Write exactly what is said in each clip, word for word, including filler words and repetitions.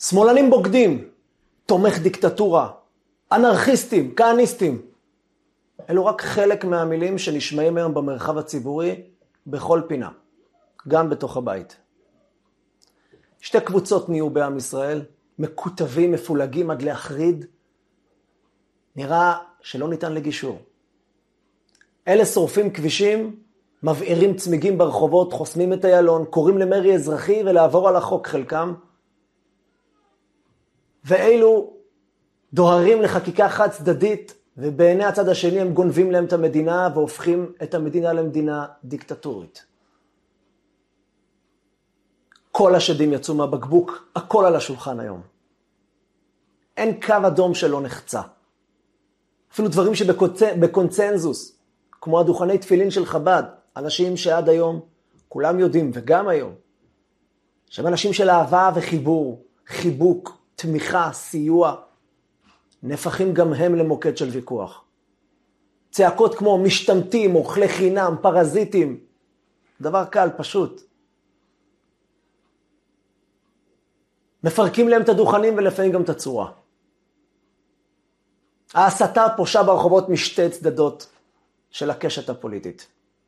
שמאלנים בוגדים, תומך דיקטטורה, אנרכיסטים, כהניסטים. אלו רק חלק מהמילים שנשמעים היום במרחב הציבורי בכל פינה, גם בתוך הבית. שתי קבוצות נהיו בעם ישראל, מקוטבים, מפולגים עד להחריד. נראה שלא ניתן לגישור. אלה שורפים כבישים, מבעירים צמיגים ברחובות, חוסמים את איילון, קוראים למרי אזרחי ולעבור על החוק חלקם. ואלו דוהרים לחקיקה חד צדדית, ובעיני הצד השני הם גונבים להם את המדינה והופכים את המדינה למדינה דיקטטורית. כל השדים יצאו מהבקבוק, הכל על השולחן היום. אין קו אדום שלא נחצה. אפילו דברים שבקונצנזוס, כמו הדוכני תפילין של חב"ד, אנשים שעד היום כולם יודעים, וגם היום, שהם אנשים של אהבה וחיבור, חיבוק, תמיכה, סיוע, נפחים גם הם למוקד של ויכוח. צעקות כמו משתמטים, אוכלי חינם, פרזיטים, דבר קל, פשוט. מפרקים להם את הדוכנים ולפעמים גם את הצורה. ההסתה פושה ברחובות משתי צדדות של הקשת הפוליטית.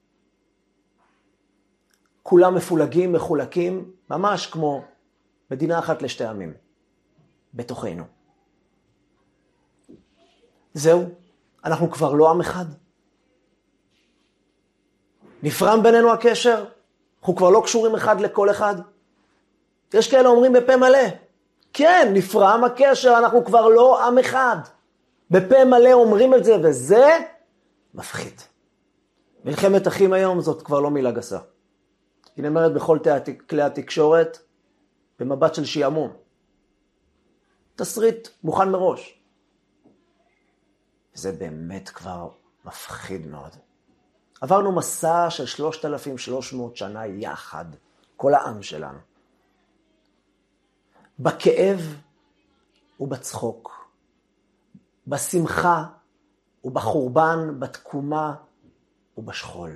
כולם מפולגים, מחולקים, ממש כמו מדינה אחת לשתי עמים, בתוכנו. זהו, אנחנו כבר לא עם אחד. נפרם בינינו הקשר, אנחנו כבר לא קשורים אחד לכל אחד. יש כאלה אומרים בפה מלא, כן, נפרם הקשר, אנחנו כבר לא עם אחד. בפה מלא אומרים את זה, וזה מפחיד. מלחמת אחים היום זאת כבר לא מילה גסה. היא נאמרת בכל כלי התקשורת, במבט של שיעמום. תסריט מוכן מראש. וזה באמת כבר מפחיד מאוד. עברנו מסע של שלושת אלפים ושלוש מאות שנה יחד, כל העם שלנו. בכאב ובצחוק, בשמחה ובחורבן, בתקומה ובשכול.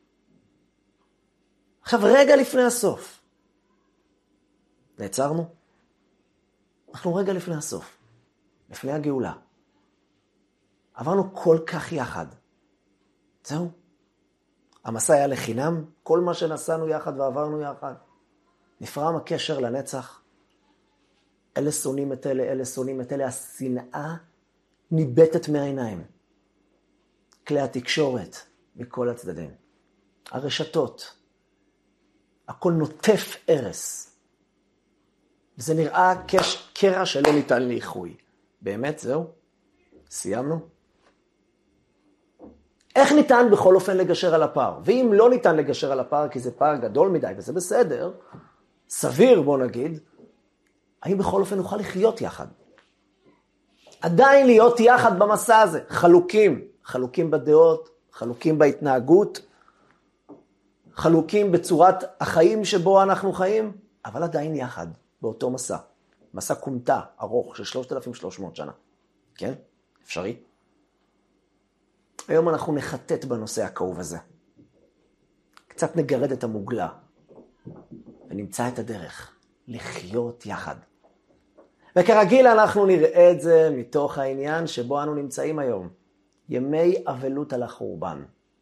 עכשיו רגע לפני הסוף. נעצרנו? אנחנו רגע לפני הסוף, לפני הגאולה. עברנו כל כך יחד. זהו. המסע היה לחינם, כל מה שנסענו יחד ועברנו יחד. נפרם הקשר לנצח. אלה שונאים את אלה, אלה שונאים את אלה. השנאה ניבטת מהעיניים. כלי התקשורת מכל הצדדים. הרשתות. הכל נוטף ערס. וזה נראה קש, קרע שלא ניתן לאיחוי. באמת, זהו? סיימנו? איך ניתן בכל אופן לגשר על הפער? ואם לא ניתן לגשר על הפער, כי זה פער גדול מדי, וזה בסדר, סביר בוא נגיד, האם בכל אופן נוכל לחיות יחד? עדיין להיות יחד במסע הזה, חלוקים, חלוקים בדעות, חלוקים בהתנהגות, חלוקים בצורת החיים שבו אנחנו חיים, אבל עדיין יחד, באותו מסע. מסע קומטה, ארוך, של שלושת אלפים ושלוש מאות שנה. כן? אפשרי? היום אנחנו נחטט בנושא הכאוב הזה. קצת נגרד את המוגלה, ונמצא את הדרך לחיות יחד. וכרגיל אנחנו נראה את זה מתוך העניין שבו אנו נמצאים היום. ימי אבלות על החורבן.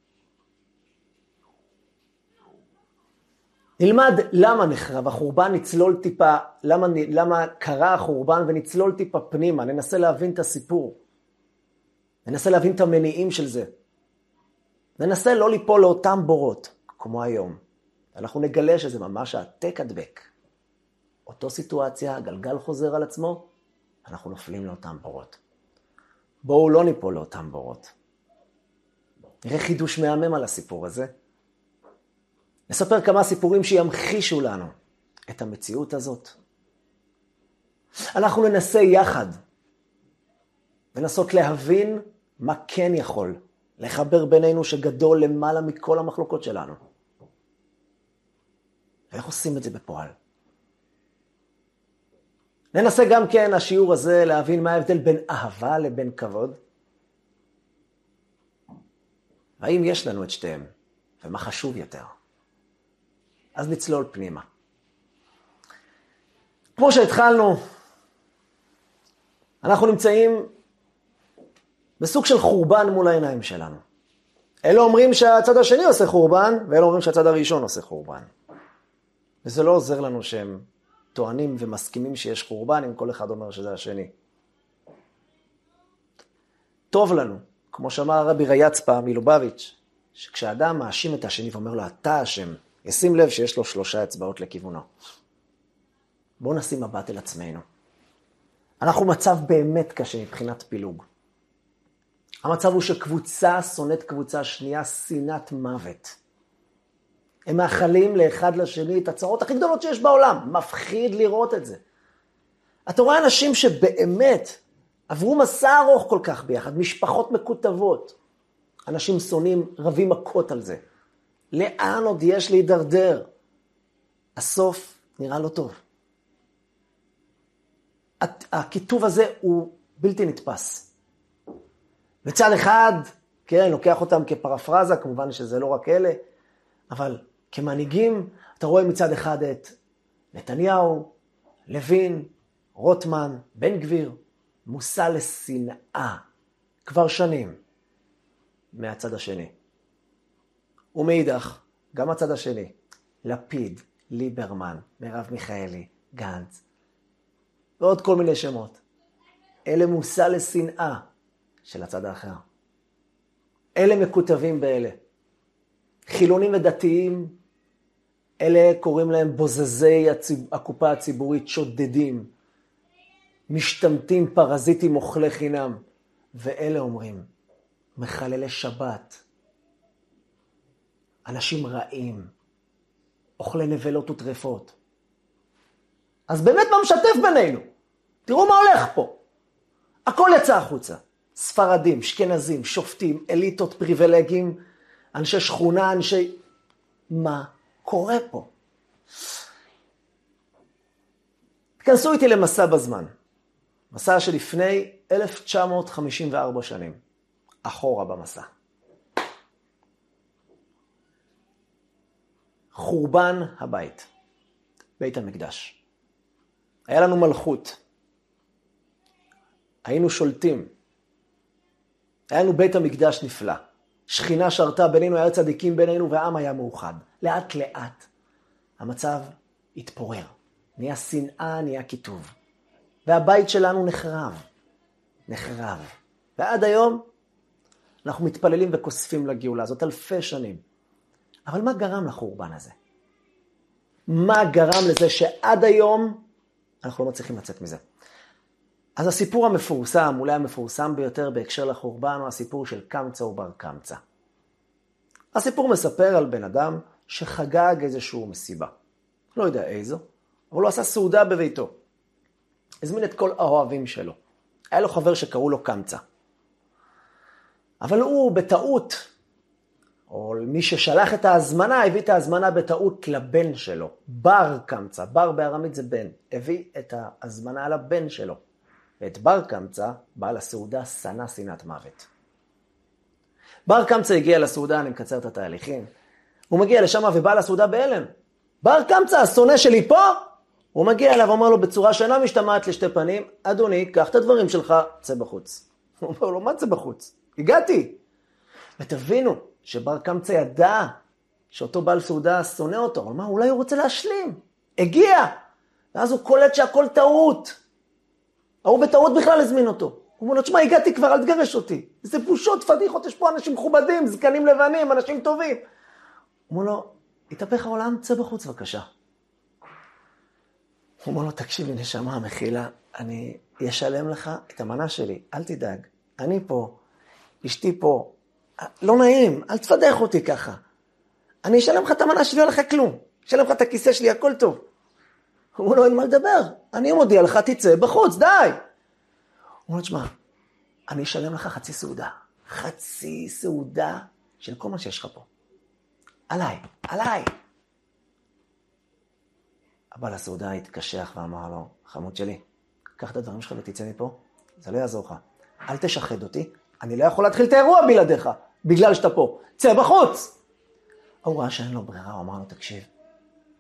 נלמד למה נחרב החורבן, נצלול טיפה, למה, למה קרה החורבן ונצלול טיפה פנימה, ננסה להבין את הסיפור. ננסה להבין את המניעים של זה. ננסה לא ליפול לאותם בורות, כמו היום. אנחנו נגלה שזה ממש העתק הדבק. אותו סיטואציה, הגלגל חוזר על עצמו, אנחנו נופלים לאותם בורות. בואו לא ניפול לאותם בורות. נראה חידוש מהמם על הסיפור הזה. נספר כמה סיפורים שימחישו לנו את המציאות הזאת. אנחנו ננסה יחד, ונסות להבין מה כן יכול לחבר בינינו שגדול למעלה מכל המחלוקות שלנו. ואיך עושים את זה בפועל? ננסה גם כן השיעור הזה להבין מה ההבדל בין אהבה לבין כבוד. והאם יש לנו את שתיהם, ומה חשוב יותר? אז נצלול פנימה. כמו שהתחלנו, אנחנו נמצאים בסוג של חורבן מול העיניים שלנו. אלה אומרים שהצד השני עושה חורבן, ואלה אומרים שהצד הראשון עושה חורבן. וזה לא עוזר לנו שהם טוענים ומסכימים שיש חורבן, אם כל אחד אומר שזה השני. טוב לנו, כמו שאמר הרבי רייצ'פה מלובביץ', שכשאדם מאשים את השני ואומר לו, אתה אשם, ישים לב שיש לו שלושה אצבעות לכיוונו. בואו נשים מבט אל עצמנו. אנחנו מצב באמת קשה מבחינת פילוג. המצב הוא שקבוצה שונאת קבוצה שנייה, שנאת מוות. הם מאחלים לאחד לשני את הצרות הכי גדולות שיש בעולם. מפחיד לראות את זה. אתה רואה אנשים שבאמת עברו מסע ארוך כל כך ביחד, משפחות מקוטבות. אנשים שונאים, רבים מכות על זה. לאן עוד יש להידרדר? הסוף נראה לא טוב. הכיתוב הזה הוא בלתי נתפס. בצד אחד, כן, לוקח אותם כפרפרזה, כמובן שזה לא רק אלה, אבל כמנהיגים, אתה רואה מצד אחד את נתניהו, לוין, רוטמן, בן גביר, מושא לשנאה, כבר שנים, מהצד השני. ומאידך, גם הצד השני, לפיד, ליברמן, מרב מיכאלי, גנץ, ועוד כל מיני שמות. אלה מושא לשנאה של הצד האחר. אלה מקוטבים באלה. חילונים ודתיים, אלה קוראים להם בוזזי הציב... הקופה הציבורית, שודדים, משתמטים, פרזיטים, אוכלי חינם. ואלה אומרים, מחללי שבת, אנשים רעים, אוכלי נבלות וטרפות. אז באמת מה משתף בינינו? תראו מה הולך פה. הכל יצא החוצה. ספרדים, שכנזים, שופטים, אליטות, פריבילגים, אנשי שכונה, אנשי... מה קורה פה? תכנסו איתי למסע בזמן. מסע שלפני אלף תשע מאות חמישים וארבע שנים. אחורה במסע. חורבן הבית. בית המקדש. היה לנו מלכות. היינו שולטים. היה לנו בית המקדש נפלא. שכינה שרתה בינינו, היה צדיקים בינינו, והעם היה מאוחד. לאט לאט המצב התפורר. נהיה שנאה, נהיה כיתוב. והבית שלנו נחרב. נחרב. ועד היום אנחנו מתפללים וכוספים לגאולה. זאת אלפי שנים. אבל מה גרם לחורבן הזה? מה גרם לזה שעד היום אנחנו לא מצליחים לצאת מזה? אז הסיפור המפורסם, אולי המפורסם ביותר בהקשר לחורבן, הוא הסיפור של קמצא ובר קמצא. הסיפור מספר על בן אדם שחגג איזשהו מסיבה. לא יודע איזו, אבל הוא עשה סעודה בביתו. הזמין את כל האוהבים שלו. היה לו חבר שקראו לו קמצא. אבל הוא בטעות, או מי ששלח את ההזמנה, הביא את ההזמנה בטעות לבן שלו. בר קמצא, בר בארמית זה בן. הביא את ההזמנה לבן שלו. ואת בר קמצא, בעל הסעודה, שנא שנאת מוות. בר קמצא הגיע לסעודה, אני מקצר את התהליכים. הוא מגיע לשם ובעל הסעודה בהלם. בר קמצא, השונא שלי פה? הוא מגיע אליו ואומר לו בצורה שאינה משתמעת לשתי פנים, אדוני, קח את הדברים שלך, צא בחוץ. הוא אומר לו, מה צא בחוץ? הגעתי. ותבינו שבר קמצא ידע שאותו בעל סעודה שונא אותו. הוא אמר, אולי הוא רוצה להשלים. הגיע. ואז הוא קולט שהכל טעות. הוא בטעות בכלל הזמין אותו. הוא אומר לו, תשמע, הגעתי כבר, אל תגרש אותי. זה בושות, פדיחות, יש פה אנשים מכובדים, זקנים לבנים, אנשים טובים. הוא אומר לו, התהפך העולם, צא בחוץ בבקשה. הוא אומר לו, תקשיב לי נשמה, המחילה, אני אשלם לך את המנה שלי, אל תדאג. אני פה, אשתי פה, לא נעים, אל תפדח אותי ככה. אני אשלם לך את המנה שלי, לא לך כלום. אשלם לך את הכיסא שלי, הכל טוב. הוא אומר לו, אין מה לדבר. אני מודיע לך, תצא בחוץ, די. הוא אומר לו, תשמע, אני אשלם לך חצי סעודה. חצי סעודה של כל מה שיש לך פה. עליי, עליי. הבעל הסעודה התקשח ואמר לו, חמוד שלי, קח את הדברים שלך ותצא מפה, זה לא יעזור לך. אל תשחד אותי, אני לא יכול להתחיל את האירוע בלעדיך, בגלל שאתה פה. צא בחוץ. הוא ראה שאין לו ברירה, הוא אמר לו, תקשיב,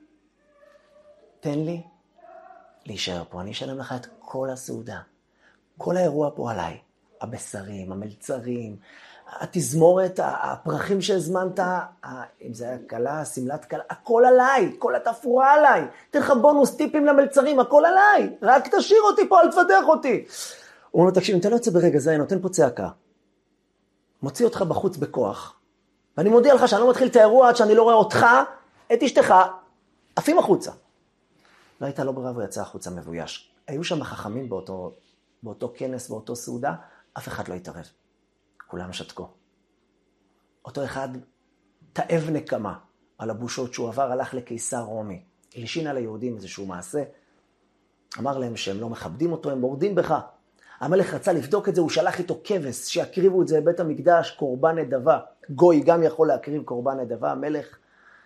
תן לי להישאר פה, אני אשלם לך את כל הסעודה. כל האירוע פה עליי. הבשרים, המלצרים, התזמורת, הפרחים שהזמנת, אם זה היה קלה, סמלת קלה, הכל עליי, כל התפאורה עליי. תן לך בונוס, טיפים למלצרים, הכל עליי. רק תשאיר אותי פה, אל תפתח אותי. הוא אומר, תקשיב, אם אתה לא יוצא ברגע זה, אני נותן פה צעקה. מוציא אותך בחוץ בכוח. ואני מודיע לך שאני לא מתחיל את האירוע עד שאני לא רואה אותך, את אשתך, עפים החוצה. לא הייתה לא ברירה ויצא החוצה מבויש. היו שם חכמים באותו, באותו כנס, באותו סעודה, אף אחד לא התערב. כולם שתקו. אותו אחד תאב נקמה על הבושות שהוא עבר, הלך לקיסר רומי. הלשין על היהודים איזשהו מעשה. אמר להם שהם לא מכבדים אותו, הם מורדים בך. המלך רצה לבדוק את זה, הוא שלח איתו כבש, שיקריבו את זה בבית המקדש, קורבן נדבה. גוי גם יכול להקריב קורבן נדבה, המלך.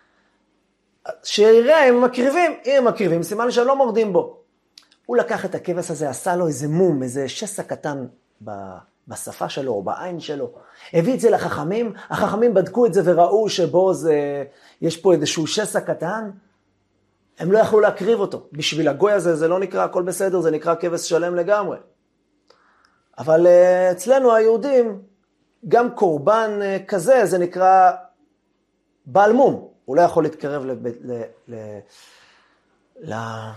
שיראה, הם מקריבים, אם הם מקריבים, סימן שהם לא מורדים בו. הוא לקח את הכבש הזה, עשה לו איזה מום, איזה שסע קטן בשפה שלו או בעין שלו. הביא את זה לחכמים, החכמים בדקו את זה וראו שבו זה, יש פה איזשהו שסע קטן, הם לא יכלו להקריב אותו. בשביל הגוי הזה זה לא נקרא הכל בסדר, זה נקרא כבש שלם לגמרי. אבל אצלנו היהודים, גם קורבן כזה, זה נקרא בעל מום. הוא לא יכול להתקרב לב, ל, ל, ל,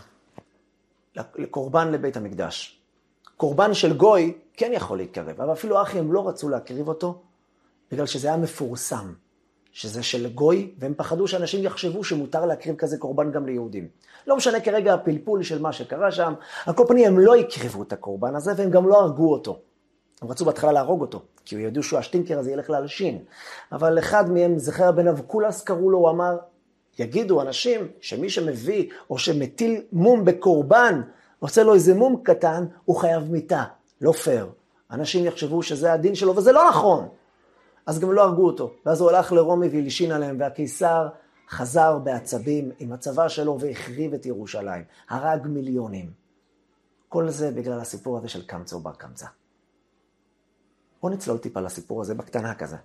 לקורבן לבית המקדש. קורבן של גוי כן יכול להתקרב, אבל אפילו אחים לא רצו להקריב אותו, בגלל שזה היה מפורסם, שזה של גוי, והם פחדו שאנשים יחשבו שמותר להקריב כזה קורבן גם ליהודים. לא משנה כרגע הפלפול של מה שקרה שם, על כל פנים הם לא הקריבו את הקורבן הזה, והם גם לא הרגו אותו. הם רצו בהתחלה להרוג אותו, כי הוא ידעו שהוא השטינקר הזה ילך להלשין. אבל אחד מהם, זכר בן אבקולס קראו לו, הוא אמר, יגידו אנשים שמי שמביא או שמטיל מום בקורבן, עושה לו איזה מום קטן, הוא חייב מיתה. לא פייר. אנשים יחשבו שזה הדין שלו, וזה לא נכון. אז גם לא הרגו אותו. ואז הוא הלך לרומי והלשין עליהם, והקיסר חזר בעצבים עם הצבא שלו והחריב את ירושלים. הרג מיליונים. כל זה בגלל הסיפור הזה של קמצא ובר קמצא. בוא נצלול טיפה לסיפור הזה בקטנה כזה.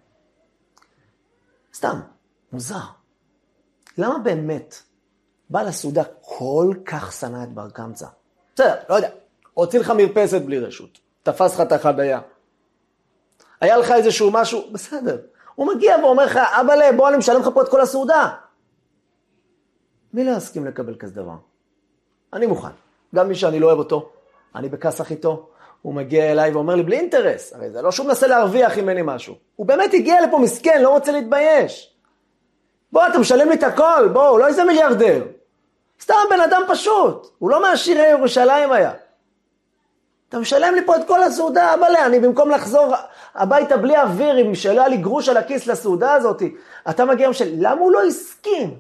סתם, מוזר. למה באמת בעל הסעודה כל כך שנא את בר קמצא? בסדר, לא יודע. הוציא לך מרפסת בלי רשות. תפס לך את החביה. היה לך איזשהו משהו, בסדר. הוא מגיע ואומר לך, אבל בוא אני משלם לך פה את כל הסעודה. מי לא יסכים לקבל כזה דבר? אני מוכן. גם מי שאני לא אוהב אותו, אני בכסח איתו, הוא מגיע אליי ואומר לי, בלי אינטרס. הרי זה לא שהוא מנסה להרוויח ממני משהו. הוא באמת הגיע לפה מסכן, לא רוצה להתבייש. בוא, אתה משלם לי את הכל, בוא, הוא לא איזה מיליארדר. סתם בן אדם פשוט. הוא לא מעשירי ירושלים היה. אתה משלם לי פה את כל הסעודה, אבל אני במקום לחזור הביתה בלי אוויר, אם שלא היה לי גרוש על הכיס לסעודה הזאת, אתה מגיע עם של, למה הוא לא הסכים?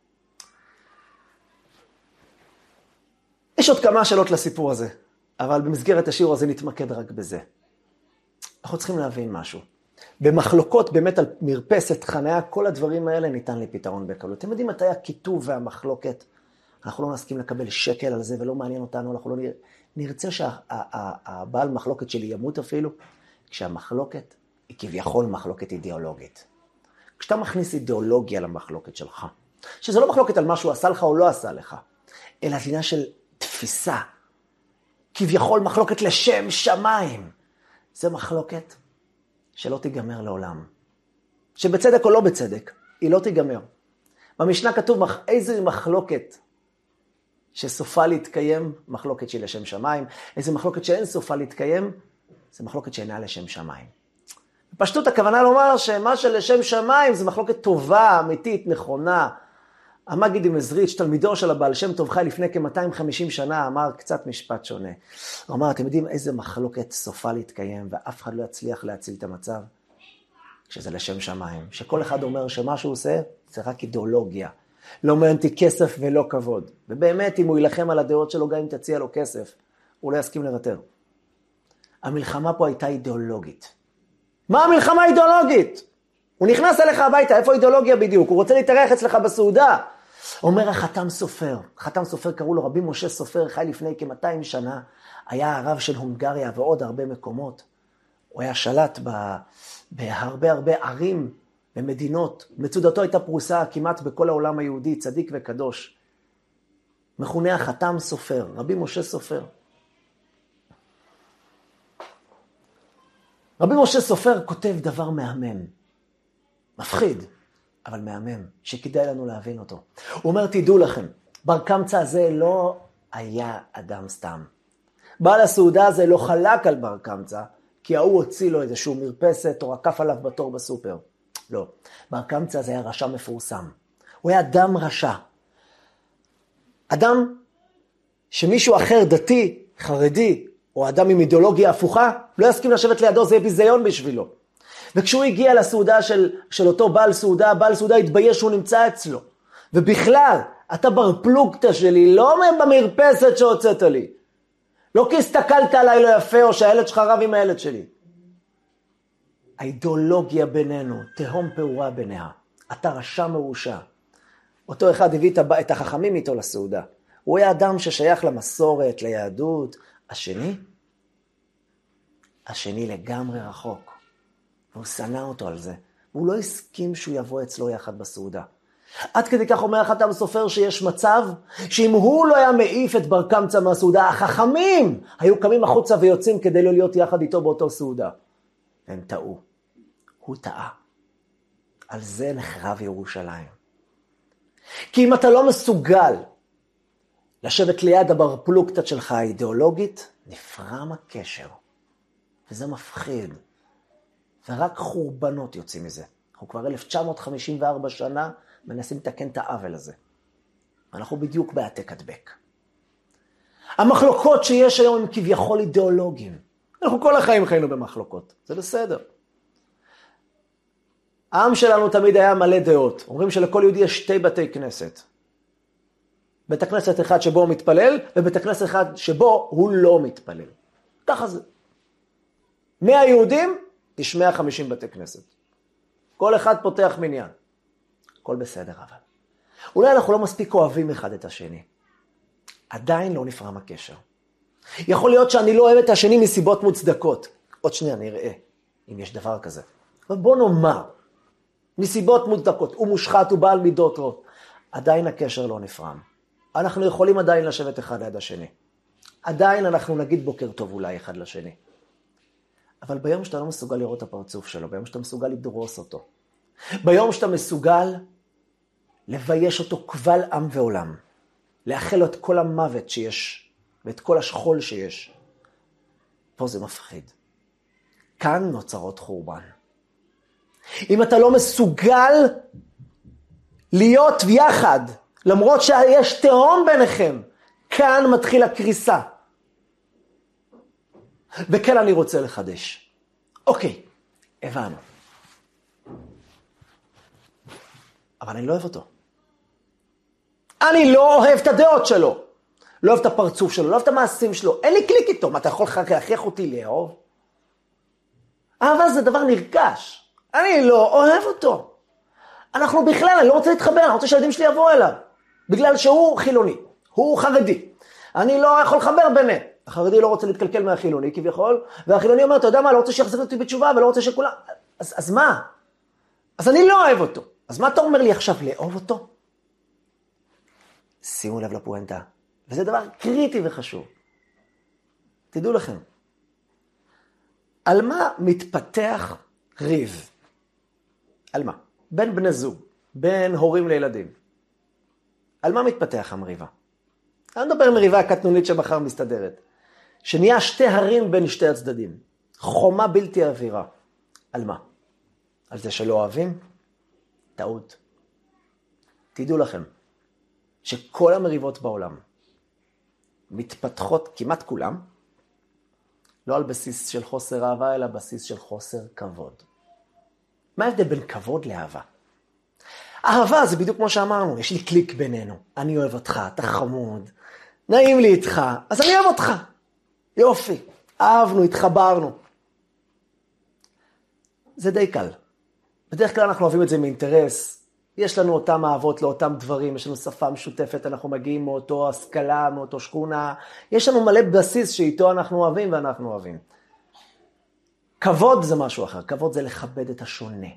יש עוד כמה שאלות לסיפור הזה, אבל במסגרת השיעור הזה נתמקד רק בזה. אנחנו צריכים להבין משהו. במחלוקות באמת על מרפסת, חניה, כל הדברים האלה ניתן לי פתרון בקלות. אתם יודעים מתי הכיתוב והמחלוקת? אנחנו לא נסכים לקבל שקל על זה ולא מעניין אותנו, אנחנו לא נרצה שהבעל מחלוקת שלי ימות אפילו, כשהמחלוקת היא כביכול מחלוקת אידיאולוגית. כשאתה מכניס אידיאולוגיה למחלוקת שלך, שזה לא מחלוקת על מה שהוא עשה לך או לא עשה לך, אלא עניין של תפיסה, כביכול מחלוקת לשם שמיים, זה מחלוקת שלא תיגמר לעולם. שבצדק או לא בצדק, היא לא תיגמר. במשנה כתוב איזו מחלוקת שסופה להתקיים, מחלוקת שהיא לשם שמיים, איזו מחלוקת שאין סופה להתקיים, זה מחלוקת שאינה לשם שמיים. בפשטות הכוונה לומר שמה שלשם שמיים זה מחלוקת טובה, אמיתית, נכונה. המגיד ממזריץ', תלמידו של הבעל שם טוב חי לפני כ-מאתיים וחמישים שנה, אמר קצת משפט שונה. הוא אמר, אתם יודעים איזה מחלוקת סופה להתקיים, ואף אחד לא יצליח להציל את המצב? כשזה לשם שמיים. שכל אחד אומר שמה שהוא עושה, זה רק אידיאולוגיה. לא מענתי כסף ולא כבוד. ובאמת, אם הוא ילחם על הדעות שלו, גם אם תציע לו כסף, הוא לא יסכים לוותר. המלחמה פה הייתה אידיאולוגית. מה המלחמה האידיאולוגית? הוא נכנס אליך הביתה, איפה אידיאולוגיה בדיוק? הוא רוצה להתארח אצלך בסעודה. אומר החתם סופר, חתם סופר קראו לו רבי משה סופר, חי לפני כ-מאתיים שנה, היה הרב של הונגריה ועוד הרבה מקומות. הוא היה שלט בהרבה הרבה ערים ומדינות. מצודתו הייתה פרוסה כמעט בכל העולם היהודי, צדיק וקדוש. מכונה החתם סופר, רבי משה סופר. רבי משה סופר כותב דבר מהמם, מפחיד, אבל מהמם, שכדאי לנו להבין אותו. הוא אומר, תדעו לכם, בר קמצא הזה לא היה אדם סתם. בעל הסעודה הזה לא חלק על בר קמצא, כי ההוא הוציא לו איזשהו מרפסת או רקף עליו בתור בסופר. לא, בר קמצא הזה היה רשע מפורסם. הוא היה אדם רשע. אדם שמישהו אחר דתי, חרדי, או אדם עם אידיאולוגיה הפוכה, לא יסכים לשבת לידו, זה יהיה ביזיון בשבילו. וכשהוא הגיע לסעודה של, של אותו בעל סעודה, בעל סעודה התבייש שהוא נמצא אצלו. ובכלל, אתה בר פלוגתא שלי, לא במרפסת שהוצאת לי. לא כי הסתכלת עליי לא יפה, או שהילד שלך רב עם הילד שלי. האידיאולוגיה בינינו, תהום פעורה ביניה. אתה רשע מרושע. אותו אחד הביא את החכמים איתו לסעודה. הוא היה אדם ששייך למסורת, ליהדות. השני? השני לגמרי רחוק. והוא שנא אותו על זה. והוא לא הסכים שהוא יבוא אצלו יחד בסעודה. עד כדי כך אומר החתם סופר שיש מצב שאם הוא לא היה מעיף את בר קמצא מהסעודה, החכמים היו קמים החוצה ויוצאים כדי לא להיות יחד איתו באותו סעודה. והם טעו. הוא טעה. על זה נחרב ירושלים. כי אם אתה לא מסוגל לשבת ליד הבר פלוגתא שלך האידיאולוגית, נפרם הקשר. וזה מפחיד. ורק חורבנות יוצאים מזה. אנחנו כבר אלף תשע מאות חמישים וארבע שנה מנסים לתקן את העוול הזה. אנחנו בדיוק בהעתק הדבק. המחלוקות שיש היום הם כביכול אידיאולוגיים. אנחנו כל החיים חיינו במחלוקות. זה בסדר. העם שלנו תמיד היה מלא דעות. אומרים שלכל יהודי יש שתי בתי כנסת. בית הכנסת אחד שבו הוא מתפלל, ובית הכנסת אחד שבו הוא לא מתפלל. ככה זה. מאה יהודים, יש מאה וחמישים בתי כנסת. כל אחד פותח מניין. הכל בסדר אבל. אולי אנחנו לא מספיק אוהבים אחד את השני. עדיין לא נפרם הקשר. יכול להיות שאני לא אוהב את השני מסיבות מוצדקות. עוד שנייה נראה אם יש דבר כזה. אבל בוא נאמר, מסיבות מוצדקות, הוא מושחת, הוא בעל מידות רעות. עדיין הקשר לא נפרם. אנחנו יכולים עדיין לשבת אחד ליד השני. עדיין אנחנו נגיד בוקר טוב אולי אחד לשני. אבל ביום שאתה לא מסוגל לראות את הפרצוף שלו, ביום שאתה מסוגל לדרוס אותו, ביום שאתה מסוגל לבייש אותו קבל עם ועולם, לאחל לו את כל המוות שיש, ואת כל השכול שיש, פה זה מפחיד. כאן נוצרות חורבן. אם אתה לא מסוגל להיות יחד, למרות שיש תהום ביניכם, כאן מתחיל הקריסה. וכן אני רוצה לחדש. אוקיי, הבנו. אבל אני לא אוהב אותו. אני לא אוהב את הדעות שלו. לא אוהב את הפרצוף שלו, לא אוהב את המעשים שלו. אין לי קליק איתו. מה, אתה יכול להכריח אותי לאהוב? אבל זה דבר נרגש. אני לא אוהב אותו. אנחנו בכלל, אני לא רוצה להתחבר, אני רוצה שהילדים שלי יבואו אליו. בגלל שהוא חילוני, הוא חרדי. אני לא יכול לחבר ביניהם. החרדי לא רוצה להתקלקל מהחילוני כביכול, והחילוני אומר, אתה יודע מה, לא רוצה שיחזיר אותי בתשובה, ולא רוצה שכולם... אז, אז מה? אז אני לא אוהב אותו. אז מה אתה אומר לי עכשיו, לאהוב אותו? שימו לב לפואנטה. וזה דבר קריטי וחשוב. תדעו לכם. על מה מתפתח ריב? על מה? בין בני זוג, בין הורים לילדים. על מה מתפתח המריבה? אני מדבר מריבה הקטנונית שמחר מסתדרת. שנהיה שתי הרים בין שתי הצדדים. חומה בלתי עבירה. על מה? על זה שלא אוהבים? טעות. תדעו לכם, שכל המריבות בעולם מתפתחות, כמעט כולם, לא על בסיס של חוסר אהבה, אלא בסיס של חוסר כבוד. מה ההבדל בין כבוד לאהבה? אהבה זה בדיוק כמו שאמרנו, יש לי קליק בינינו. אני אוהב אותך, אתה חמוד, נעים לי איתך, אז אני אוהב אותך. יופי, אהבנו, התחברנו. זה די קל. בדרך כלל אנחנו אוהבים את זה מאינטרס. יש לנו אותם אהבות לאותם דברים, יש לנו שפה משותפת, אנחנו מגיעים מאותו השכלה, מאותו שכונה. יש לנו מלא בסיס שאיתו אנחנו אוהבים ואנחנו אוהבים. כבוד זה משהו אחר, כבוד זה לכבד את השונה.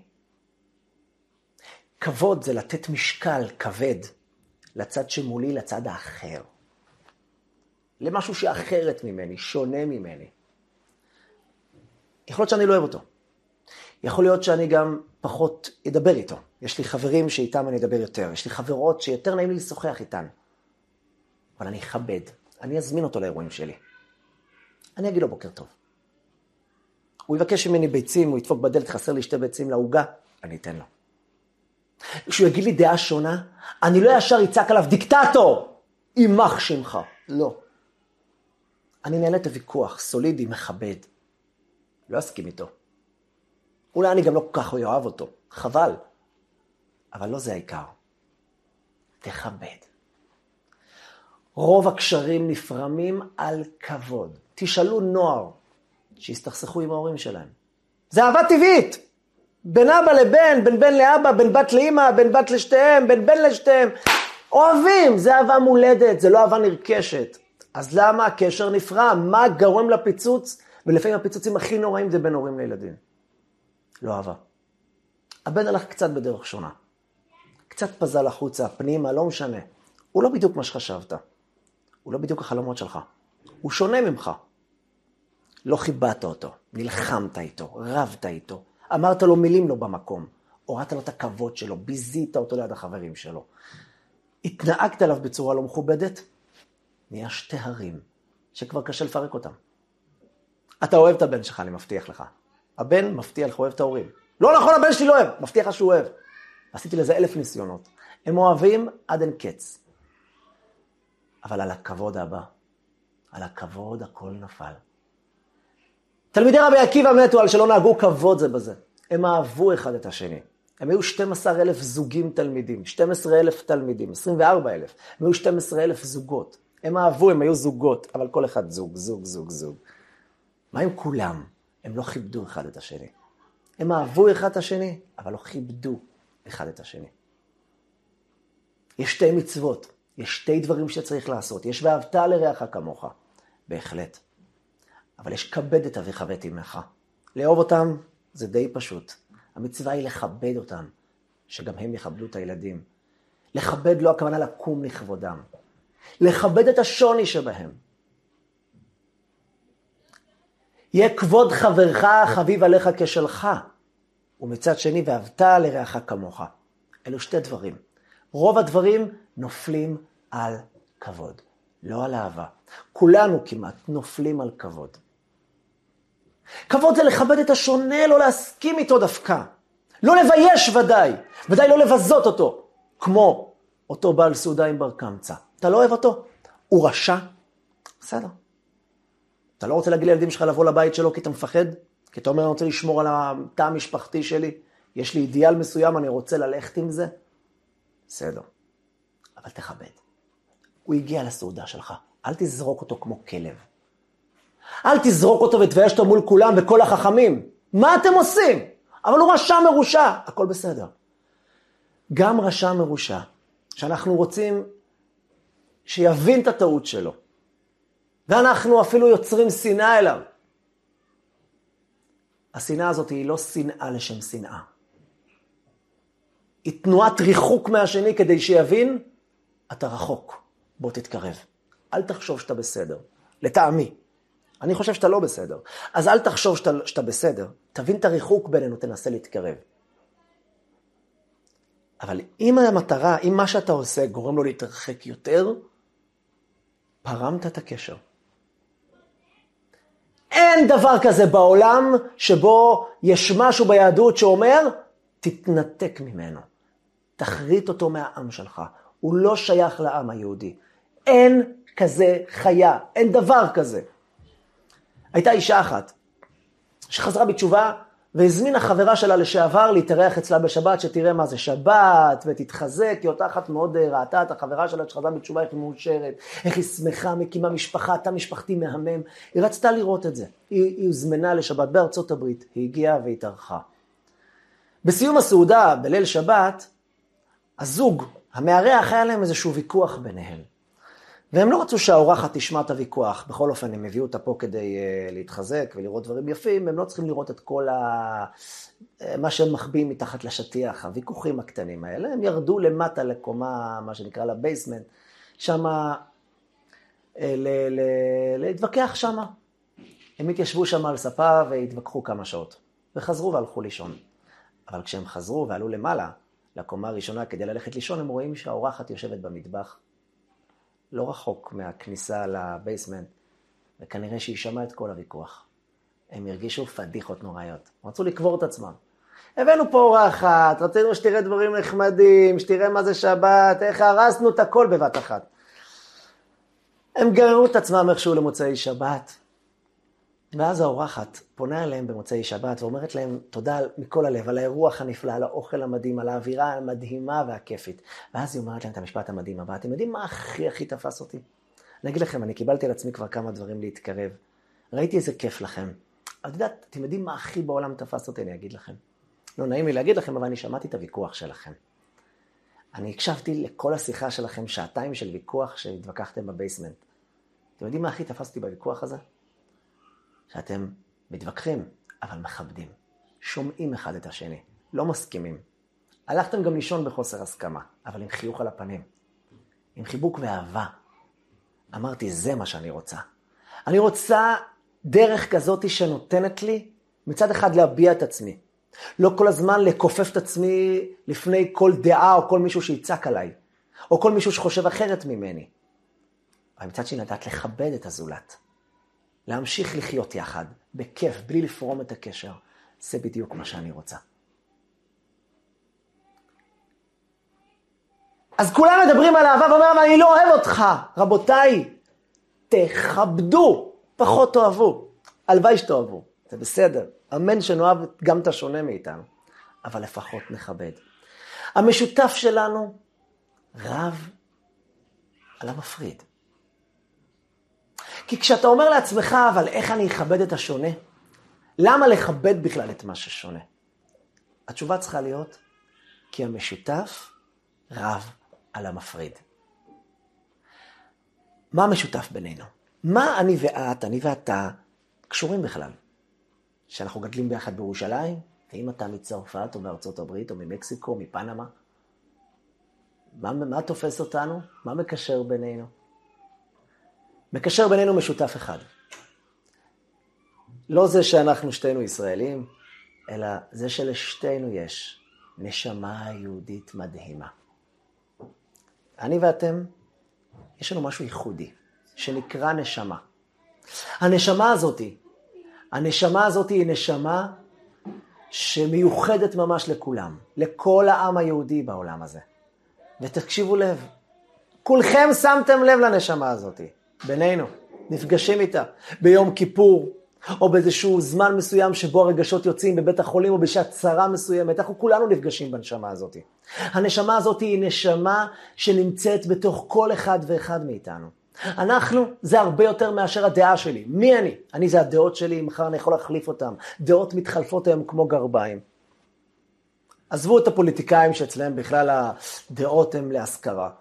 כבוד זה לתת משקל כבד לצד שמולי, לצד האחר. למשהו שאחרת ממני, שונה ממני. יכול להיות שאני לא אוהב אותו. יכול להיות שאני גם פחות אדבר איתו. יש לי חברים שאיתם אני אדבר יותר. יש לי חברות שיותר נעים לי לשוחח איתן. אבל אני אכבד. אני אזמין אותו לאירועים שלי. אני אגיד לו בוקר טוב. הוא יבקש ממני ביצים, הוא ידפוק בדלת, חסר לי שתי ביצים להוגה, אני אתן לו. כשהוא יגיד לי דעה שונה, אני לא ישר יצעק עליו, דיקטטור, אימח שמך. לא. אני נהנה את הוויכוח, סולידי, מכבד. לא אסכים איתו. אולי אני גם לא כל כך אוהב אותו, חבל. אבל לא זה העיקר. תכבד. רוב הקשרים נפרמים על כבוד. תשאלו נוער שיסתכסכו עם ההורים שלהם. זה אהבה טבעית. בין אבא לבן, בין בן לאבא, בין בת לאמא, בין בת לשתיהם, בין בן לשתיהם. אוהבים, זה אהבה מולדת, זה לא אהבה נרכשת. אז למה הקשר נפרם? מה גורם לפיצוץ? ולפעמים הפיצוצים הכי נוראים זה בין הורים לילדים. לא אהבה. הבן הלך קצת בדרך שונה. קצת פזל החוצה, פנימה, לא משנה. הוא לא בדיוק מה שחשבת. הוא לא בדיוק החלומות שלך. הוא שונה ממך. לא חיבדת אותו, נלחמת איתו, רבת איתו, אמרת לו מילים לא במקום, הורדת לו את הכבוד שלו, ביזית אותו ליד החברים שלו. התנהגת עליו בצורה לא מכובדת, נהיה שתי הרים שכבר קשה לפרק אותם. אתה אוהב את הבן שלך, אני מבטיח לך. הבן מבטיח לך, אוהב את ההורים. לא נכון, הבן שלי לא אוהב, מבטיח לך שהוא אוהב. עשיתי לזה אלף ניסיונות. הם אוהבים עד אין קץ. אבל על הכבוד הבא, על הכבוד הכל נפל. תלמידי רבי עקיבא מתו על שלא נהגו כבוד זה בזה. הם אהבו אחד את השני. הם היו שנים עשר אלף זוגים תלמידים, שנים עשר אלף תלמידים, עשרים וארבעה אלף. הם היו שנים עשר אלף זוגות. הם אהבו, הם היו זוגות, אבל כל אחד זוג, זוג, זוג, זוג. מה עם כולם? הם לא כיבדו אחד את השני. הם אהבו אחד את השני, אבל לא כיבדו אחד את השני. יש שתי מצוות, יש שתי דברים שצריך לעשות. יש ואהבת לרעך כמוך, בהחלט. אבל יש כבד את אביך ואת אמך. לאהוב אותם זה די פשוט. המצווה היא לכבד אותם, שגם הם יכבדו את הילדים. לכבד לא הכוונה לקום לכבודם. לכבד את השוני שבהם. יהיה כבוד חברך חביב עליך כשלך. ומצד שני, ואהבת לרעך כמוך. אלו שתי דברים. רוב הדברים נופלים על כבוד, לא על אהבה. כולנו כמעט נופלים על כבוד. כבוד זה לכבד את השונה, לא להסכים איתו דווקא. לא לבייש ודאי, ודאי לא לבזות אותו. כמו אותו בעל סעודה עם בר קמצא. אתה לא אוהב אותו? הוא רשע? בסדר. אתה לא רוצה להגיד לילדים שלך לבוא לבית שלו כי אתה מפחד? כי אתה אומר, אני רוצה לשמור על התא המשפחתי שלי. יש לי אידיאל מסוים, אני רוצה ללכת עם זה. בסדר. אבל תכבד. הוא הגיע לסעודה שלך. אל תזרוק אותו כמו כלב. אל תזרוק אותו ותבייש אותו מול כולם וכל החכמים. מה אתם עושים? אבל הוא רשע מרושע. הכל בסדר. גם רשע מרושע, שאנחנו רוצים שיבין את הטעות שלו. ואנחנו אפילו יוצרים שנאה אליו. השנאה הזאת היא לא שנאה לשם שנאה. היא תנועת ריחוק מהשני כדי שיבין, אתה רחוק, בוא תתקרב. אל תחשוב שאתה בסדר, לטעמי. אני חושב שאתה לא בסדר. אז אל תחשוב שאתה, שאתה בסדר, תבין את הריחוק בינינו, תנסה להתקרב. אבל אם המטרה, אם מה שאתה עושה גורם לו להתרחק יותר, פרמת את הקשר. אין דבר כזה בעולם שבו יש משהו ביהדות שאומר, תתנתק ממנו. תחריט אותו מהעם שלך. הוא לא שייך לעם היהודי. אין כזה חיה, אין דבר כזה. הייתה אישה אחת שחזרה בתשובה והזמינה חברה שלה לשעבר להתארח אצלה בשבת, שתראה מה זה שבת ותתחזק, כי אותה אחת מאוד ראתה את החברה שלה שחזרה בתשובה, איך היא מאושרת, איך היא שמחה, מקימה משפחה, תא משפחתי מהמם. היא רצתה לראות את זה. היא, היא הוזמנה לשבת בארצות הברית, היא הגיעה והתארחה. בסיום הסעודה, בליל שבת, הזוג, המארח, היה להם איזשהו ויכוח ביניהם. והם לא רצו שהאורחת תשמע את הוויכוח. בכל אופן, הם הביאו אותה פה כדי uh, להתחזק ולראות דברים יפים. הם לא צריכים לראות את כל ה... מה שהם מחביאים מתחת לשטיח, הוויכוחים הקטנים האלה. הם ירדו למטה לקומה, מה שנקרא לבייסמנט, שמה, ל- ל- להתווכח שמה. הם התיישבו שם על ספה והתווכחו כמה שעות, וחזרו והלכו לישון. אבל כשהם חזרו ועלו למעלה, לקומה הראשונה כדי ללכת לישון, הם רואים שהאורחת יושבת במטבח, לא רחוק מהכניסה לבייסמנט, וכנראה שהיא שמעה את כל הוויכוח. הם הרגישו פדיחות נוראיות, רצו לקבור את עצמם. הבאנו פה אורחת, רצינו שתראה דברים נחמדים, שתראה מה זה שבת, איך הרסנו את הכל בבת אחת. הם גררו את עצמם איכשהו למוצאי שבת, ואז האורחת פונה אליהם במוצאי שבת ואומרת להם תודה מכל הלב על האירוח הנפלא, על האוכל המדהים, על האווירה המדהימה והכיפית. ואז היא אומרת להם את המשפט המדהים הבא, אתם יודעים מה הכי הכי תפס אותי? אני אגיד לכם, אני קיבלתי על עצמי כבר כמה דברים להתקרב. ראיתי איזה כיף לכם. אבל יודעת, אתם יודעים מה הכי בעולם תפס אותי, אני אגיד לכם. לא נעים לי להגיד לכם, אבל אני שמעתי את הוויכוח שלכם. אני הקשבתי לכל השיחה שלכם, שעתיים של ויכוח שהתווכחתם בבייסמנט. אתם יודעים מה הכי תפסתי בוויכוח הזה? שאתם מתווכחים, אבל מכבדים. שומעים אחד את השני, לא מסכימים. הלכתם גם לישון בחוסר הסכמה, אבל עם חיוך על הפנים. עם חיבוק ואהבה. אמרתי, זה מה שאני רוצה. אני רוצה דרך כזאת שנותנת לי, מצד אחד להביע את עצמי. לא כל הזמן לקופף את עצמי לפני כל דעה או כל מישהו שיצק עליי. או כל מישהו שחושב אחרת ממני. אבל מצד שני לדעת לכבד את הזולת. להמשיך לחיות יחד, בכיף, בלי לפרום את הקשר. זה בדיוק מה שאני רוצה. אז כולם מדברים על אהבה ואומרים, אבל אני לא אוהב אותך. רבותיי, תכבדו, פחות תאהבו. הלוואי שתאהבו, זה בסדר. אמן שנאהב גם את השונה מאיתנו. אבל לפחות נכבד. המשותף שלנו רב על המפריד. כי כשאתה אומר לעצמך, אבל איך אני אכבד את השונה? למה לכבד בכלל את מה ששונה? התשובה צריכה להיות, כי המשותף רב על המפריד. מה המשותף בינינו? מה אני ואת, אני ואתה, קשורים בכלל? שאנחנו גדלים ביחד בירושלים, ואם אתה מצרפת או בארצות הברית או ממקסיקו, מפנמה, מה, מה תופס אותנו? מה מקשר בינינו? מקשר בינינו משותף אחד. לא זה שאנחנו שתינו ישראלים, אלא זה שלשתינו יש נשמה יהודית מדהימה. אני ואתם, יש לנו משהו ייחודי, שנקרא נשמה. הנשמה הזאת, הנשמה הזאת היא נשמה שמיוחדת ממש לכולם, לכל העם היהודי בעולם הזה. ותקשיבו לב, כולכם שמתם לב לנשמה הזאת. בינינו, נפגשים איתה ביום כיפור, או באיזשהו זמן מסוים שבו הרגשות יוצאים בבית החולים, או בשעת צרה מסוימת, אנחנו כולנו נפגשים בנשמה הזאת. הנשמה הזאת היא נשמה שנמצאת בתוך כל אחד ואחד מאיתנו. אנחנו, זה הרבה יותר מאשר הדעה שלי. מי אני? אני זה הדעות שלי, מחר אני יכול להחליף אותם. דעות מתחלפות היום כמו גרביים. עזבו את הפוליטיקאים שאצלם בכלל הדעות הם להשכרה.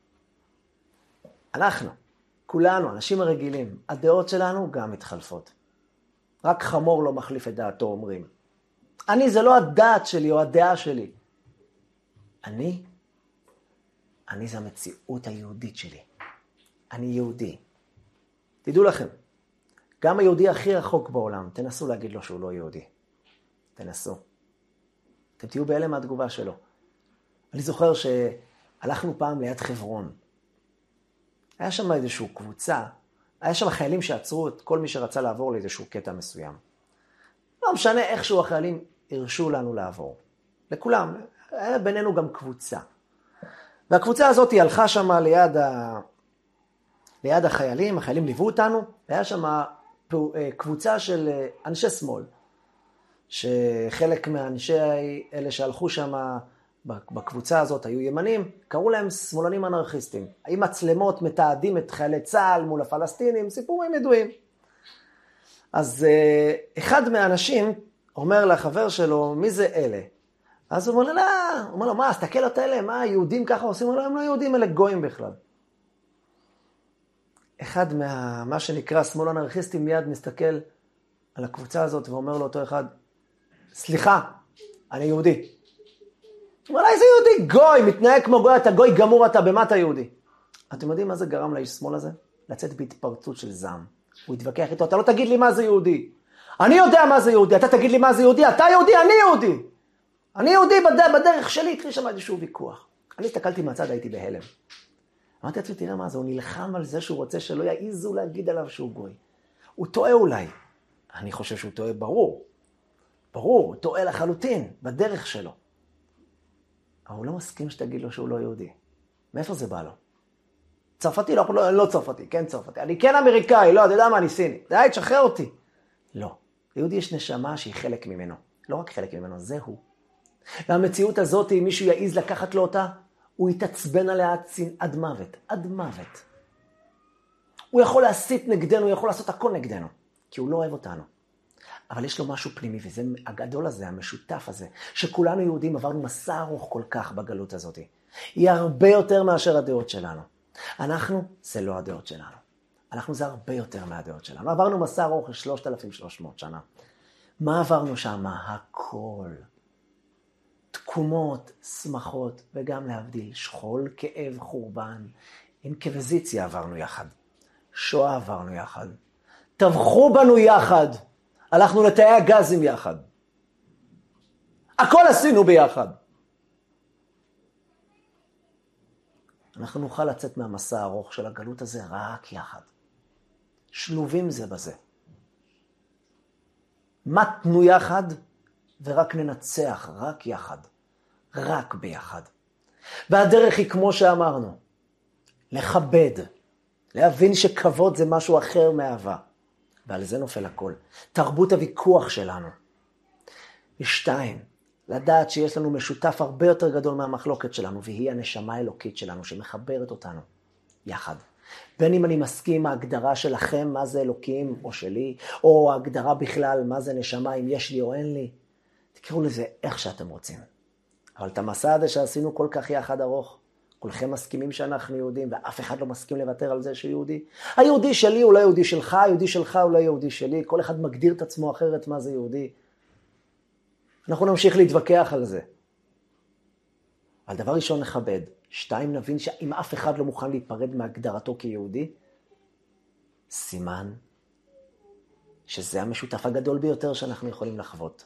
אנחנו. כולנו, אנשים הרגילים, הדעות שלנו גם מתחלפות. רק חמור לא מחליף את דעתו, אומרים. אני, זה לא הדעת שלי או הדעה שלי. אני, אני זה המציאות היהודית שלי. אני יהודי. תדעו לכם, גם היהודי הכי רחוק בעולם, תנסו להגיד לו שהוא לא יהודי. תנסו. אתם תהיו בהלם מהתגובה שלו. אני זוכר שהלכנו פעם ליד חברון. היה שם איזושהי קבוצה, היה שם חיילים שעצרו את כל מי שרצה לעבור לאיזשהו קטע מסוים. לא משנה איכשהו החיילים הרשו לנו לעבור. לכולם, היה בינינו גם קבוצה. והקבוצה הזאת היא הלכה שם ליד, ה... ליד החיילים, החיילים ליוו אותנו, והיה שם קבוצה של אנשי שמאל, שחלק מהאנשי אלה שהלכו שם בקבוצה הזאת היו ימנים, קראו להם שמאלנים אנרכיסטים. עם מצלמות מתעדים את חיילי צה"ל מול הפלסטינים, סיפורים ידועים. אז אחד מהאנשים אומר לחבר שלו, מי זה אלה? אז הוא אומר לו, לא, הוא אומר לו, מה, תסתכל את אלה, מה, יהודים ככה עושים? הוא אומר לו, הם לא יהודים, אלה גויים בכלל. אחד מה, מה שנקרא שמאל אנרכיסטים מיד מסתכל על הקבוצה הזאת ואומר לו אותו אחד, סליחה, אני יהודי. הוא אומר, איזה יהודי? גוי, מתנהג כמו גוי, אתה גוי גמור, אתה במה אתה יהודי? אתם יודעים מה זה גרם לאיש שמאל הזה? לצאת בהתפרצות של זעם. הוא יתווכח איתו, אתה לא תגיד לי מה זה יהודי. אני יודע מה זה יהודי, אתה תגיד לי מה זה יהודי, אתה יהודי, אני יהודי. אני יהודי בדרך שלי, התחיל שם איזשהו ויכוח. אני הסתכלתי מהצד, הייתי בהלם. אמרתי לעצמי, תראה מה זה, הוא נלחם על זה שהוא רוצה שלא יעיזו להגיד עליו שהוא גוי. הוא טועה אולי. אני חושב שהוא טועה ברור. ברור, הוא טועה לחלוטין, בדרך שלו. אבל הוא לא מסכים שתגיד לו שהוא לא יהודי. מאיפה זה בא לו? צרפתי? לא, לא, לא צרפתי, כן צרפתי. אני כן אמריקאי, לא, אתה יודע מה, אני סיני. די, תשחרר אותי. לא. ליהודי יש נשמה שהיא חלק ממנו. לא רק חלק ממנו, זה הוא. והמציאות הזאת, אם מישהו יעיז לקחת לו אותה, הוא יתעצבן עליה עד מוות. עד מוות. הוא יכול להסית נגדנו, הוא יכול לעשות הכל נגדנו. כי הוא לא אוהב אותנו. אבל יש לו משהו פנימי, וזה הגדול הזה, המשותף הזה, שכולנו יהודים עברנו מסע ארוך כל כך בגלות הזאת. היא הרבה יותר מאשר הדעות שלנו. אנחנו, זה לא הדעות שלנו. אנחנו זה הרבה יותר מהדעות שלנו. עברנו מסע ארוך שלושת אלפים ושלוש מאות שנה. מה עברנו שם? הכל. תקומות, שמחות, וגם להבדיל, שכול, כאב, חורבן. אינקוויזיציה עברנו יחד. שואה עברנו יחד. טבחו בנו יחד. הלכנו לתאי הגזים יחד. הכל עשינו ביחד. אנחנו נוכל לצאת מהמסע הארוך של הגלות הזה רק יחד. שלובים זה בזה. מתנו יחד ורק ננצח רק יחד. רק ביחד. והדרך היא כמו שאמרנו. לכבד. להבין שכבוד זה משהו אחר מאהבה. ועל זה נופל הכל. תרבות הוויכוח שלנו. ושתיים, לדעת שיש לנו משותף הרבה יותר גדול מהמחלוקת שלנו, והיא הנשמה האלוקית שלנו שמחברת אותנו יחד. בין אם אני מסכים עם ההגדרה שלכם מה זה אלוקים או שלי, או ההגדרה בכלל מה זה נשמה, אם יש לי או אין לי, תקראו לזה איך שאתם רוצים. אבל את המסע הזה שעשינו כל כך יחד ארוך, כולכם מסכימים שאנחנו יהודים, ואף אחד לא מסכים לוותר על זה שהוא יהודי. היהודי שלי הוא לא יהודי שלך, היהודי שלך הוא לא יהודי שלי, כל אחד מגדיר את עצמו אחרת מה זה יהודי. אנחנו נמשיך להתווכח על זה. אבל דבר ראשון נכבד, שתיים נבין שאם אף אחד לא מוכן להיפרד מהגדרתו כיהודי, סימן שזה המשותף הגדול ביותר שאנחנו יכולים לחוות.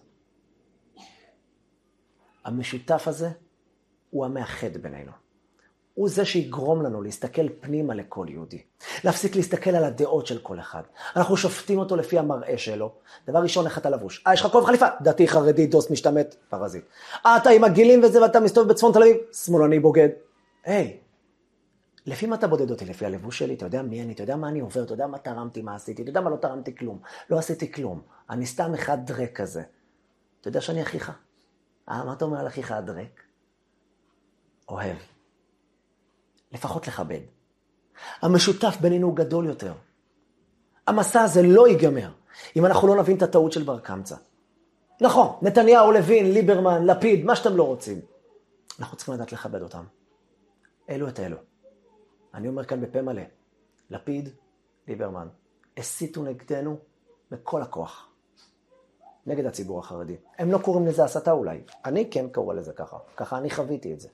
המשותף הזה הוא המאחד בינינו. הוא זה שיגרום לנו להסתכל פנימה לכל יהודי. להפסיק להסתכל על הדעות של כל אחד. אנחנו שופטים אותו לפי המראה שלו. דבר ראשון, איך אתה לבוש? אה, יש לך כובע חליפה? דתי, חרדי, דוס, משתמט, פרזית. אה, אתה עם הגילים וזה ואתה מסתובב בצפון תל אביב? שמאלני בוגד. היי, לפי מה אתה בודד אותי? לפי הלבוש שלי? אתה יודע מי אני? אתה יודע מה אני עובר? אתה יודע מה תרמתי, מה עשיתי? אתה יודע מה לא תרמתי כלום? לא עשיתי כלום. אני סתם אחד דרק כזה. אתה יודע שאני אחיך? אה, מה אתה אומר על אחיך הדרק? אוהב. לפחות לכבד. המשותף בינינו הוא גדול יותר. המסע הזה לא ייגמר, אם אנחנו לא נבין את הטעות של בר קמצא. נכון, נתניהו, לוין, ליברמן, לפיד, מה שאתם לא רוצים. אנחנו צריכים לדעת לכבד אותם. אלו את אלו. אני אומר כאן בפה מלא, לפיד, ליברמן, הסיתו נגדנו בכל הכוח. נגד הציבור החרדי. הם לא קוראים לזה הסתה אולי. אני כן קורא לזה ככה. ככה אני חוויתי את זה.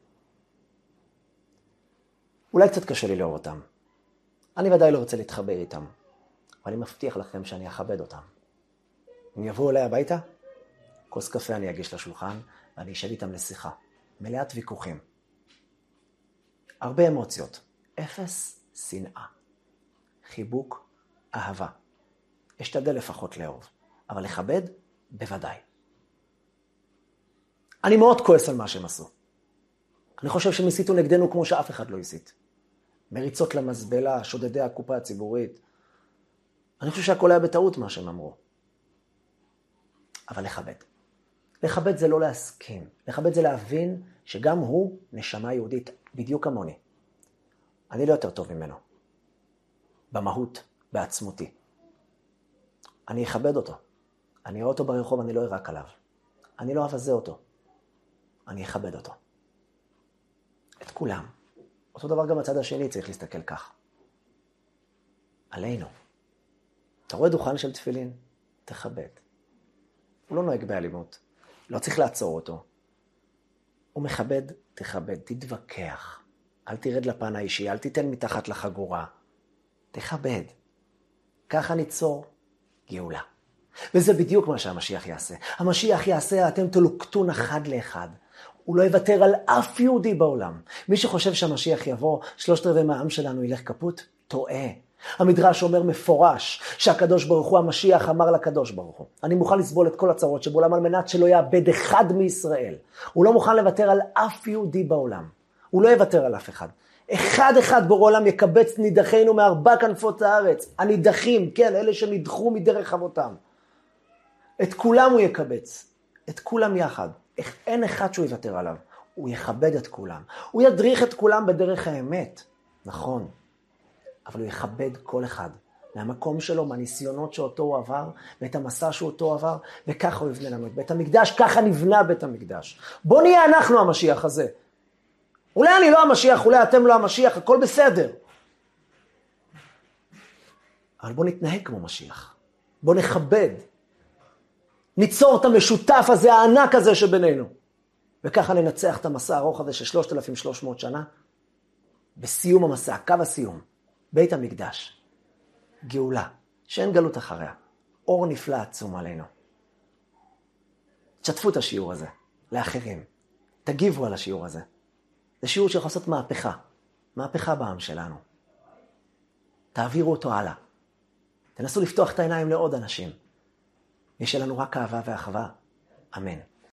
אולי קצת קשה לי לאהוב אותם. אני ודאי לא רוצה להתחבר איתם. אבל אני מבטיח לכם שאני אכבד אותם. אם יבואו אליי הביתה, כוס קפה אני אגיש לשולחן, ואני אשב איתם לשיחה. מלאת ויכוחים. הרבה אמוציות. אפס שנאה. חיבוק, אהבה. אשתדל לפחות לאהוב. אבל לכבד, בוודאי. אני מאוד כועס על מה שהם עשו. אני חושב שהם הסיתו נגדנו כמו שאף אחד לא הסית. מריצות למזבלה, שודדי הקופה הציבורית. אני חושב שהכל היה בטעות מה שהם אמרו. אבל לכבד. לכבד זה לא להסכים. לכבד זה להבין שגם הוא נשמה יהודית בדיוק כמוני. אני לא יותר טוב ממנו. במהות, בעצמותי. אני אכבד אותו. אני אראה אותו ברחוב, אני לא ארק עליו. אני לא אבזה אותו. אני אכבד אותו. את כולם. אותו דבר גם הצד השני צריך להסתכל כך. עלינו. אתה רואה דוכן של תפילין? תכבד. הוא לא נוהג באלימות. לא צריך לעצור אותו. הוא מכבד, תכבד, תתווכח. אל תרד לפן האישי, אל תיתן מתחת לחגורה. תכבד. וככה ניצור גאולה. וזה בדיוק מה שהמשיח יעשה. המשיח יעשה, אתם תלוקטון אחד לאחד. הוא לא יוותר על אף יהודי בעולם. מי שחושב שהמשיח יבוא, שלושת רבעי מהעם שלנו ילך כפות, טועה. המדרש אומר מפורש שהקדוש ברוך הוא, המשיח אמר לקדוש ברוך הוא, אני מוכן לסבול את כל הצרות שבעולם על מנת שלא יאבד אחד מישראל. הוא לא מוכן לוותר על אף יהודי בעולם. הוא לא יוותר על אף אחד. אחד אחד בורא עולם יקבץ נידחינו מארבע כנפות הארץ. הנידחים, כן, אלה שנדחו מדרך אבותם. את כולם הוא יקבץ. את כולם יחד. אין אחד שהוא יוותר עליו. הוא יכבד את כולם. הוא ידריך את כולם בדרך האמת. נכון. אבל הוא יכבד כל אחד. מהמקום שלו, מהניסיונות שאותו הוא עבר, ואת המסע שאותו עבר, וככה הוא יבנה לנו את בית המקדש, ככה נבנה בית המקדש. בוא נהיה אנחנו המשיח הזה. אולי אני לא המשיח, אולי אתם לא המשיח, הכל בסדר. אבל בוא נתנהג כמו משיח. בוא נכבד. ניצור את המשותף הזה, הענק הזה שבינינו. וככה ננצח את המסע הארוך הזה של שלושת אלפים ושלוש מאות שנה. בסיום המסע, קו הסיום, בית המקדש. גאולה, שאין גלות אחריה. אור נפלא עצום עלינו. תשתפו את השיעור הזה לאחרים. תגיבו על השיעור הזה. זה שיעור שיכול לעשות מהפכה. מהפכה בעם שלנו. תעבירו אותו הלאה. תנסו לפתוח את העיניים לעוד אנשים. יש לנו רק אהבה ואחווה. אמן.